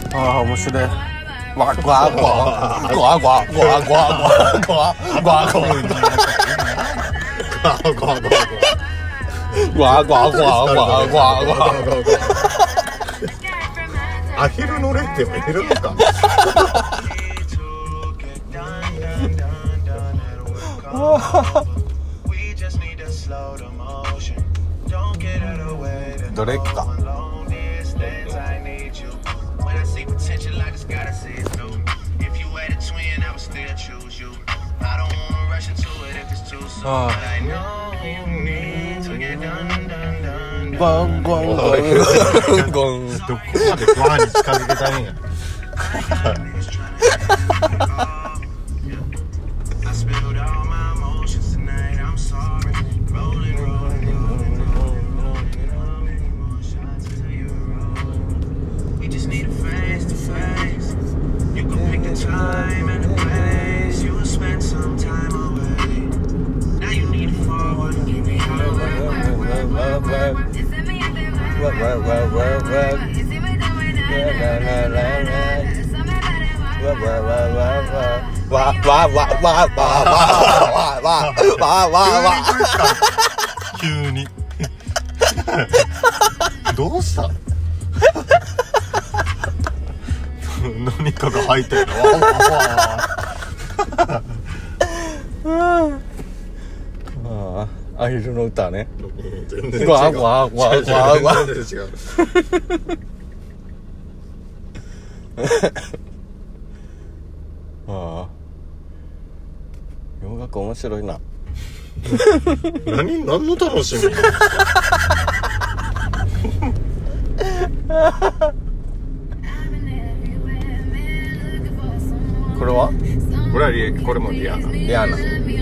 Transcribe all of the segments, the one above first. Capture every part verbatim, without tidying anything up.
ああ面白い。わごわごわごわごわごわごわごわごわごわごわごわアヒルの霊ってはいるのか。 ドレークか。ああゴンゴンゴンゴンゴン。 どこまでゴンに近づけたいんや。 わわわわわわわわわわ急にどうした何かが入ってるの。 ああアヒルの歌ね。 全然違う。 わわわわわ全然違う。 ああ洋楽面白いな。 何何の楽しみ。 これはこれはリこれもリアナ。 リアナ。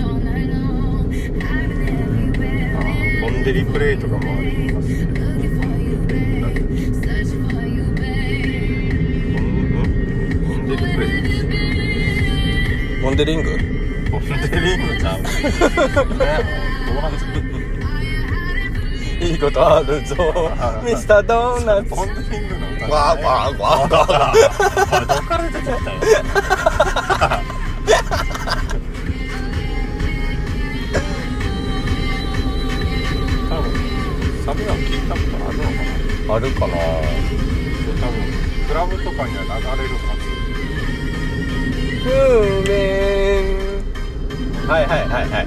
ボンデリプレイとかもありますね。ボンデリプレイ。 ボンデリング。 ボンデリングちゃう。 いいことあるぞミスタードーナツ。 ボンデリングの歌。 わわわわ。 どっから出てきたよ。多分サビは聞いたことあるのかな。 あるかな。 多分クラブとかには流れるはず。 フーメン。はいはいはいはい。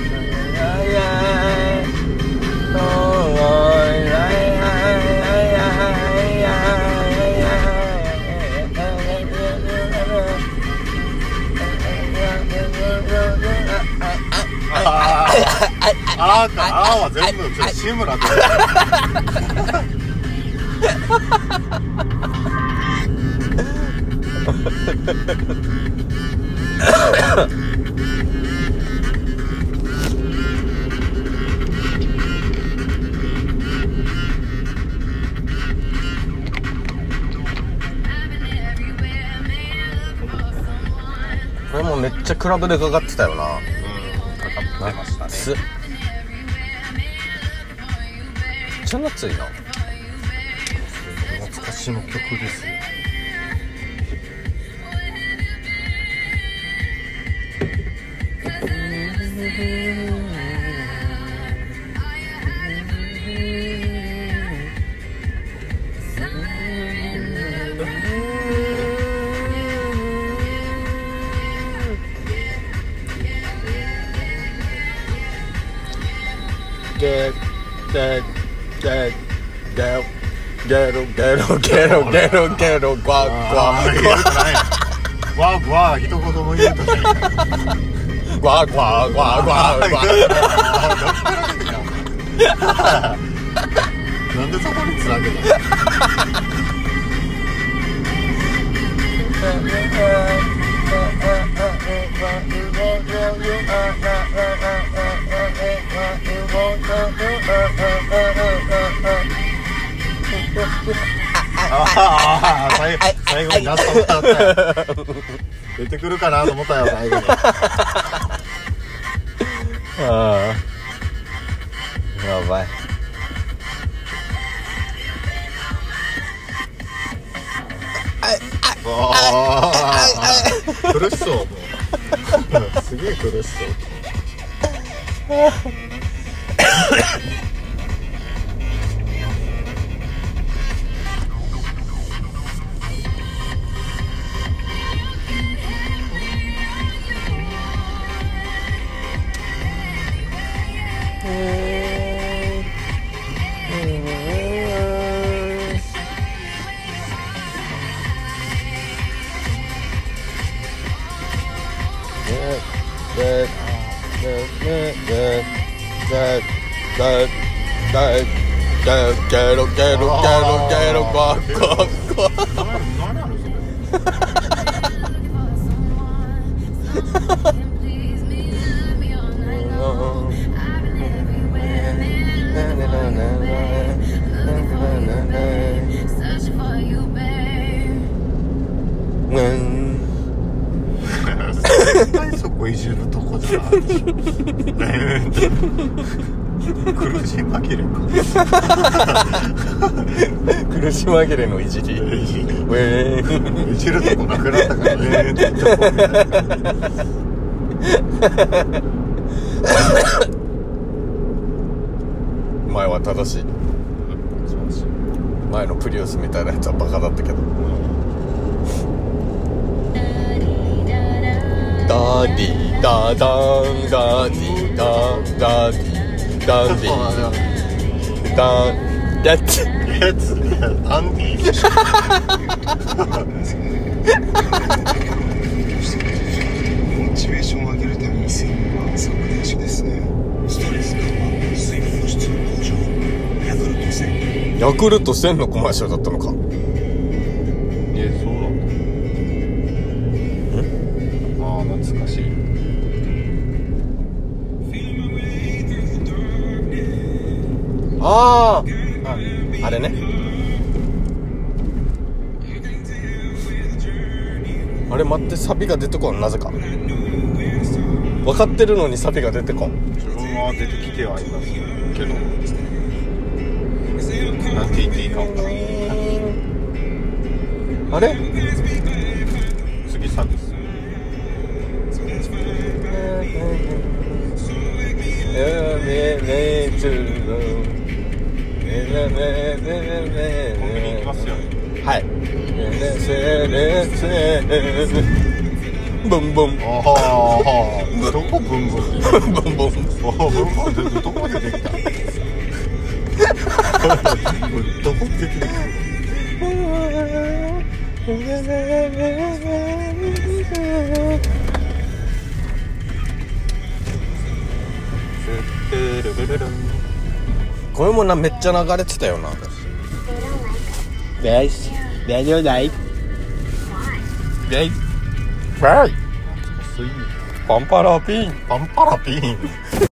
あーかあーは全部志村とこれもめっちゃクラブでかかってたよな。 うんかかってましたね。 めっちゃ夏いな。 懐かしの曲ですよ。 ゲゲゲゲゲロゲロゲロゲロゲログワグワ言うとないわーわー一言も言うとないグワグワグワグワグワ。 なんでそこにつなげたああ最後にラスト歌ったよ。出てくるかなと思ったよ最後に。 ああやばい。はいあ苦しそうもうすげえ苦しそう絶対そこいじるとこじゃないでしょ苦し紛れか苦し紛れのいじりいじるとこなくなったからねって言った方がいい前は正しい。前のプリウスみたいなやつはバカだったけど、ダディダダンダディダダディダディダやつやつダンディーモチベーションを上げるために睡眠は最大事ですね。ストレス緩和、睡眠の質の向上、ヤクルトせん。 ヤクルトせんのコマーシャルだったのか。 え、そうなんだ。ああ、懐かしい。 ああ、あれね。あれ待って、サビが出てこん。なぜか分かってるのにサビが出てこん。 自分は出てきてはいますけど、なんて言っていいか分からない。 あれ次サビです。コンビニ行きますよ。 はい。ブンブン。 ああ、どこブンブン。 ブンブン。 ああ、ブンブンってどこでできた。どこで出てくる。 これもな、めっちゃ流れてたよな。大丈夫だい。大バイ。パンパラピン。 パンパラピン。